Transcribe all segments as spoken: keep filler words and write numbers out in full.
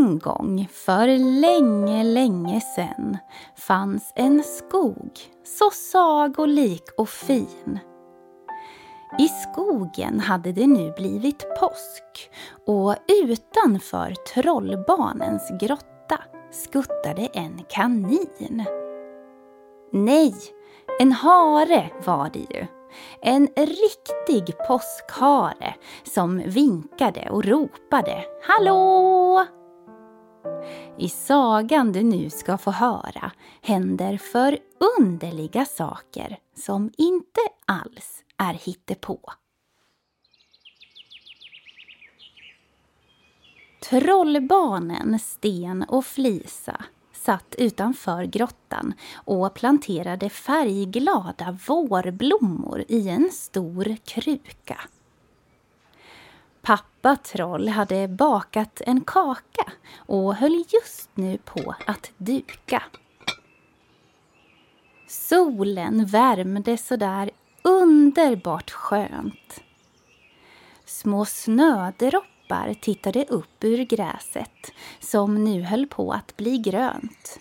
En gång för länge, länge sedan fanns en skog så sagolik och fin. I skogen hade det nu blivit påsk och utanför trollbarnens grotta skuttade en kanin. Nej, en hare var det ju. En riktig påskhare som vinkade och ropade hallå! I sagan du nu ska få höra händer förunderliga saker som inte alls är hittepå. Trollbarnen Sten och Flisa satt utanför grottan och planterade färgglada vårblommor i en stor kruka. Pappa Troll hade bakat en kaka och höll just nu på att duka. Solen värmde så där underbart skönt. Små snödroppar tittade upp ur gräset som nu höll på att bli grönt.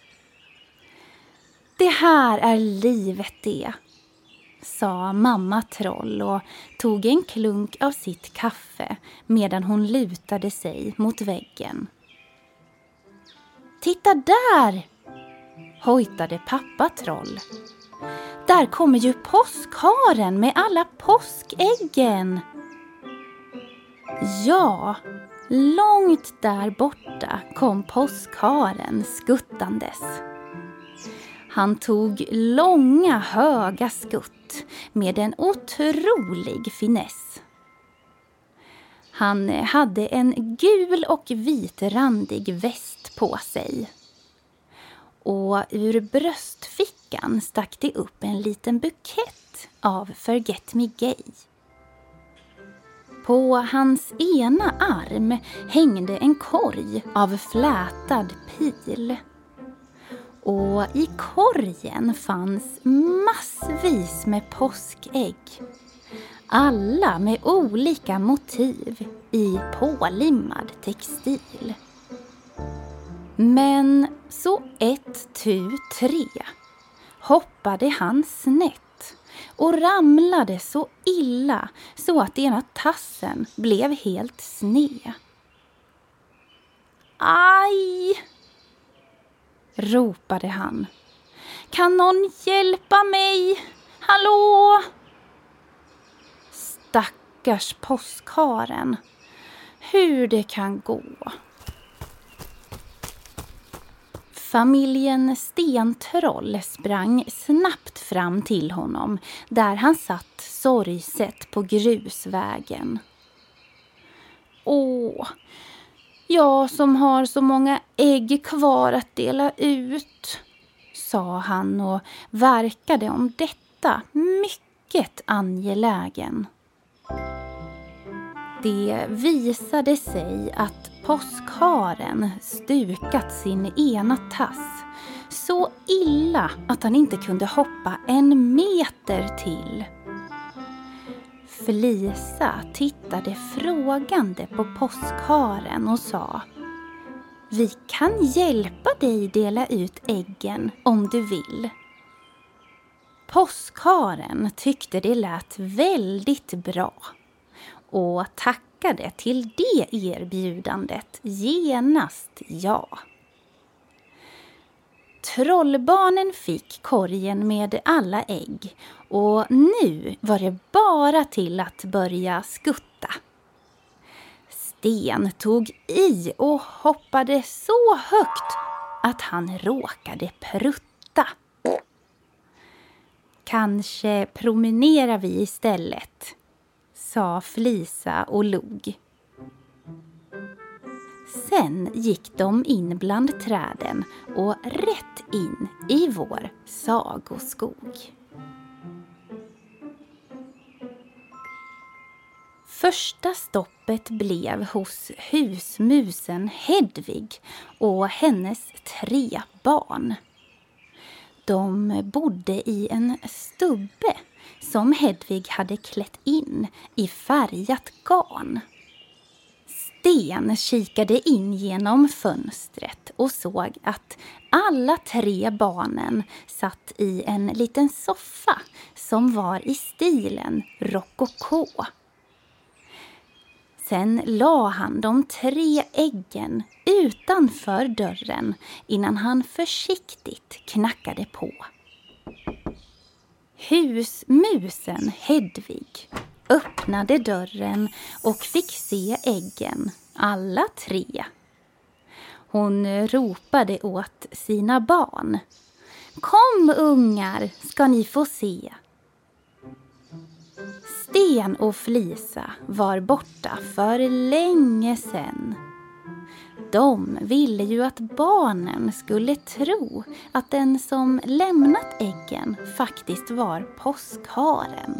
Det här är livet det, sa mamma Troll och tog en klunk av sitt kaffe medan hon lutade sig mot väggen. Titta där, hojtade pappa Troll. Där kommer ju påskharen med alla påskäggen. Ja, långt där borta kom påskharen skuttandes. Han tog långa höga skutt med en otrolig finess. Han hade en gul och vitrandig väst på sig. Och ur bröstfickan stack det upp en liten bukett av Forget Me Gay. På hans ena arm hängde en korg av flätad pil. Och i korgen fanns massvis med påskägg. Alla med olika motiv i pålimmad textil. Men så ett, tu, tre hoppade han snett och ramlade så illa så att ena tassen blev helt sned. Aj! Ropade han. Kan någon hjälpa mig? Hallå? Stackars påskharen. Hur det kan gå. Familjen Stentroll sprang snabbt fram till honom där han satt sorgset på grusvägen. Åh, jag som har så många ägg kvar att dela ut, sa han och verkade om detta mycket angelägen. Det visade sig att påskharen stukat sin ena tass så illa att han inte kunde hoppa en meter till. Flisa tittade frågande på påskharen och sa: Vi kan hjälpa dig dela ut äggen om du vill. Påskharen tyckte det lät väldigt bra och tackade till det erbjudandet genast ja. Trollbarnen fick korgen med alla ägg och nu var det bara till att börja skutta. Sten tog i och hoppade så högt att han råkade prutta. Kanske promenerar vi istället, sa Flisa och log. Sen gick de in bland träden och rätt in i vår sagoskog. Första stoppet blev hos husmusen Hedvig och hennes tre barn. De bodde i en stubbe som Hedvig hade klätt in i färgat garn. Sten kikade in genom fönstret och såg att alla tre barnen satt i en liten soffa som var i stilen rokoko. Sen la han de tre äggen utanför dörren innan han försiktigt knackade på. Husmusen Hedvig öppnade dörren och fick se äggen, alla tre. Hon ropade åt sina barn. Kom ungar, ska ni få se. Sten och Flisa var borta för länge sedan. De ville ju att barnen skulle tro att den som lämnat äggen faktiskt var påskharen.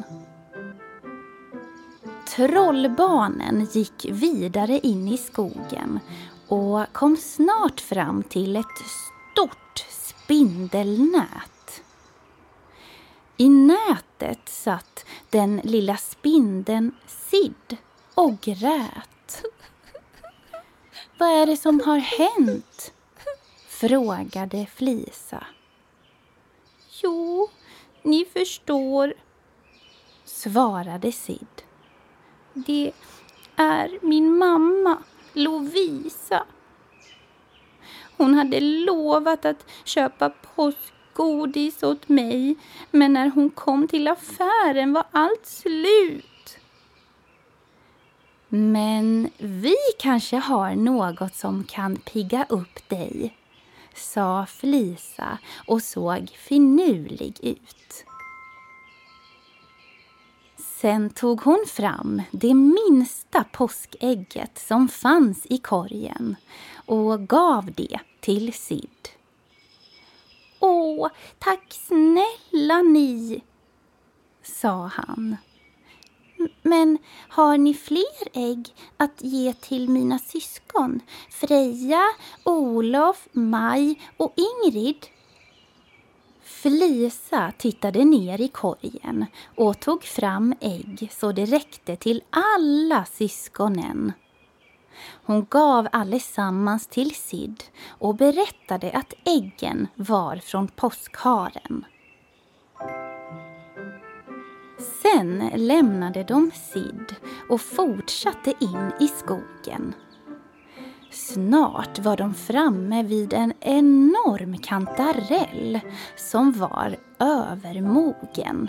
Trollbarnen gick vidare in i skogen och kom snart fram till ett stort spindelnät. I nätet satt den lilla spindeln Sid och grät. Vad är det som har hänt? Frågade Flisa. Jo, ni förstår, svarade Sid. Det är min mamma, Lovisa. Hon hade lovat att köpa påskgodis åt mig, men när hon kom till affären var allt slut. Men vi kanske har något som kan pigga upp dig, sa Flisa och såg finurlig ut. Sen tog hon fram det minsta påskägget som fanns i korgen och gav det till Sid. Åh, tack snälla ni, sa han. Men har ni fler ägg att ge till mina syskon? Freja, Olof, Maj och Ingrid? Flisa tittade ner i korgen och tog fram ägg så det räckte till alla syskonen. Hon gav allesammans till Sid och berättade att äggen var från påskharen. Sen lämnade de Sid och fortsatte in i skogen. Snart var de framme vid en enorm kantarell som var övermogen.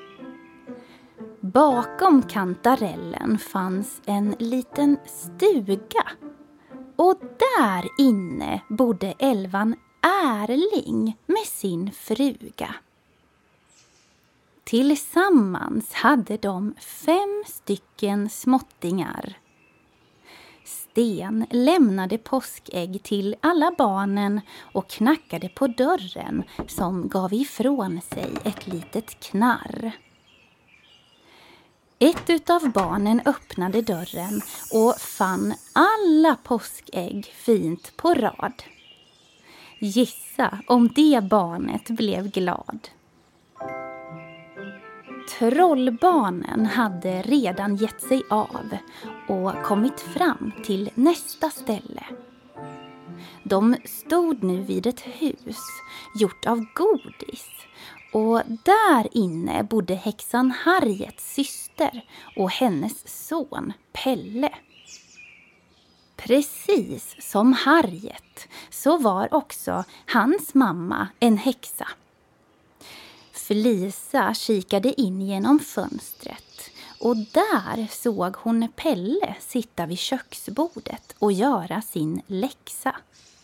Bakom kantarellen fanns en liten stuga och där inne bodde älvan Erling med sin fruga. Tillsammans hade de fem stycken småttingar. Sten lämnade påskägg till alla barnen och knackade på dörren som gav ifrån sig ett litet knarr. Ett utav barnen öppnade dörren och fann alla påskägg fint på rad. Gissa om det barnet blev glad. Trollbarnen hade redan gett sig av och kommit fram till nästa ställe. De stod nu vid ett hus gjort av godis och där inne bodde häxan Harriets syster och hennes son Pelle. Precis som Harriet så var också hans mamma en häxa. Flisa kikade in genom fönstret och där såg hon Pelle sitta vid köksbordet och göra sin läxa.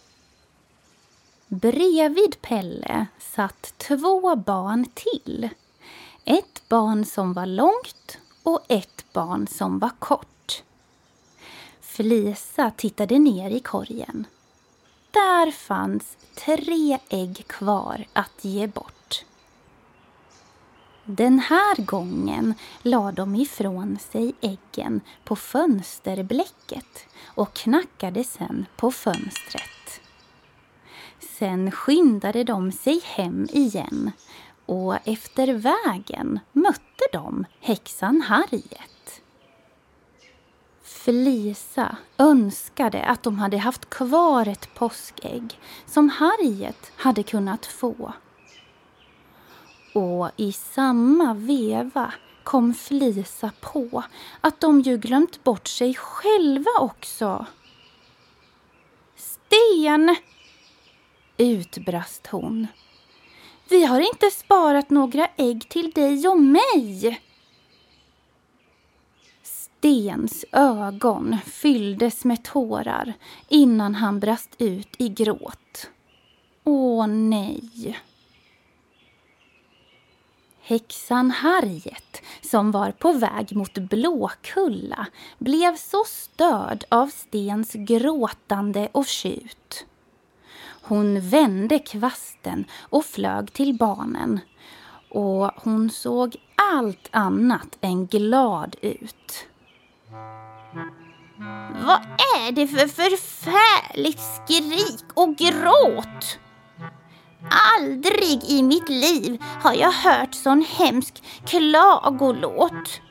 Bredvid Pelle satt två barn till. Ett barn som var långt och ett barn som var kort. Flisa tittade ner i korgen. Där fanns tre ägg kvar att ge bort. Den här gången la de ifrån sig äggen på fönsterblecket och knackade sen på fönstret. Sen skyndade de sig hem igen och efter vägen mötte de häxan Harriet. Felisa önskade att de hade haft kvar ett påskägg som Harriet hade kunnat få. Och i samma veva kom Felisa på att de ju glömt bort sig själva också. Sten! Utbrast hon. Vi har inte sparat några ägg till dig och mig. Stens ögon fylldes med tårar innan han brast ut i gråt. Åh nej! Häxan Harriet, som var på väg mot Blåkulla, blev så störd av Stens gråtande och tjut. Hon vände kvasten och flög till barnen, och hon såg allt annat än glad ut. Vad är det för förfärligt skrik och gråt? Aldrig i mitt liv har jag hört sån hemsk klagolåt.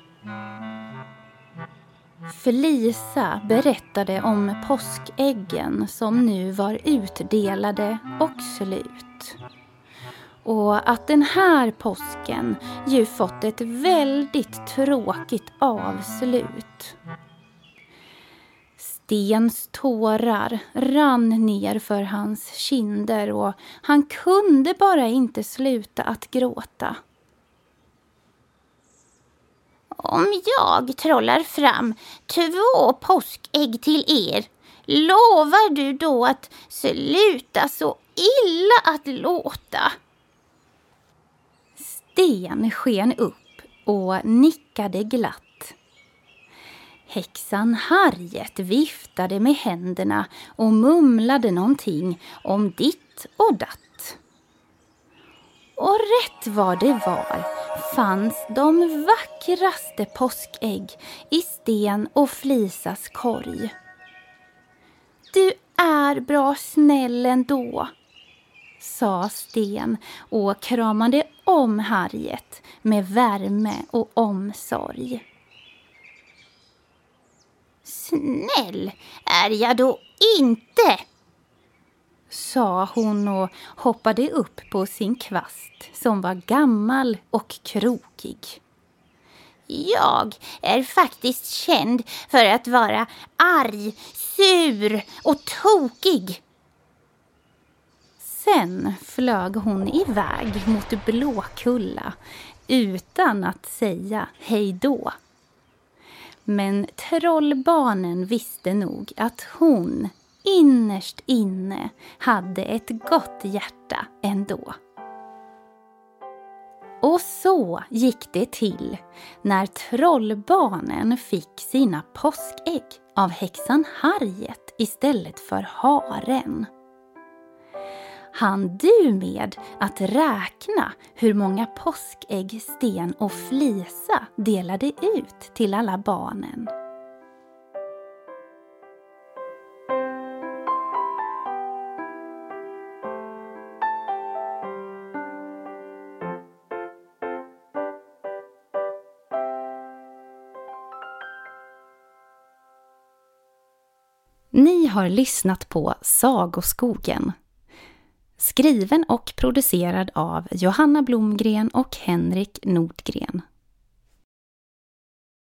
Felisa berättade om påskäggen som nu var utdelade och slut. Och att den här påsken ju fått ett väldigt tråkigt avslut. Stens tårar rann ner för hans kinder och han kunde bara inte sluta att gråta. Om jag trollar fram två påskägg till er, lovar du då att sluta så illa att låta? Sten sken upp och nickade glatt. Häxan Harriet viftade med händerna och mumlade någonting om ditt och datt. Och rätt vad det var fanns de vackraste påskägg i Sten och Felisas korg. Du är bra snäll ändå, sa Sten och kramade om Harriet med värme och omsorg. Snäll är jag då inte, sa hon och hoppade upp på sin kvast som var gammal och krokig. Jag är faktiskt känd för att vara arg, sur och tokig. Sen flög hon iväg mot Blåkulla utan att säga hej då. Men trollbarnen visste nog att hon innerst inne hade ett gott hjärta ändå. Och så gick det till när trollbarnen fick sina påskägg av häxan Harriet istället för haren. Han du med att räkna hur många påskägg Sten och Felisa delade ut till alla barnen? Ni har lyssnat på Sagoskogen. Skriven och producerad av Johanna Blomgren och Henrik Nordgren.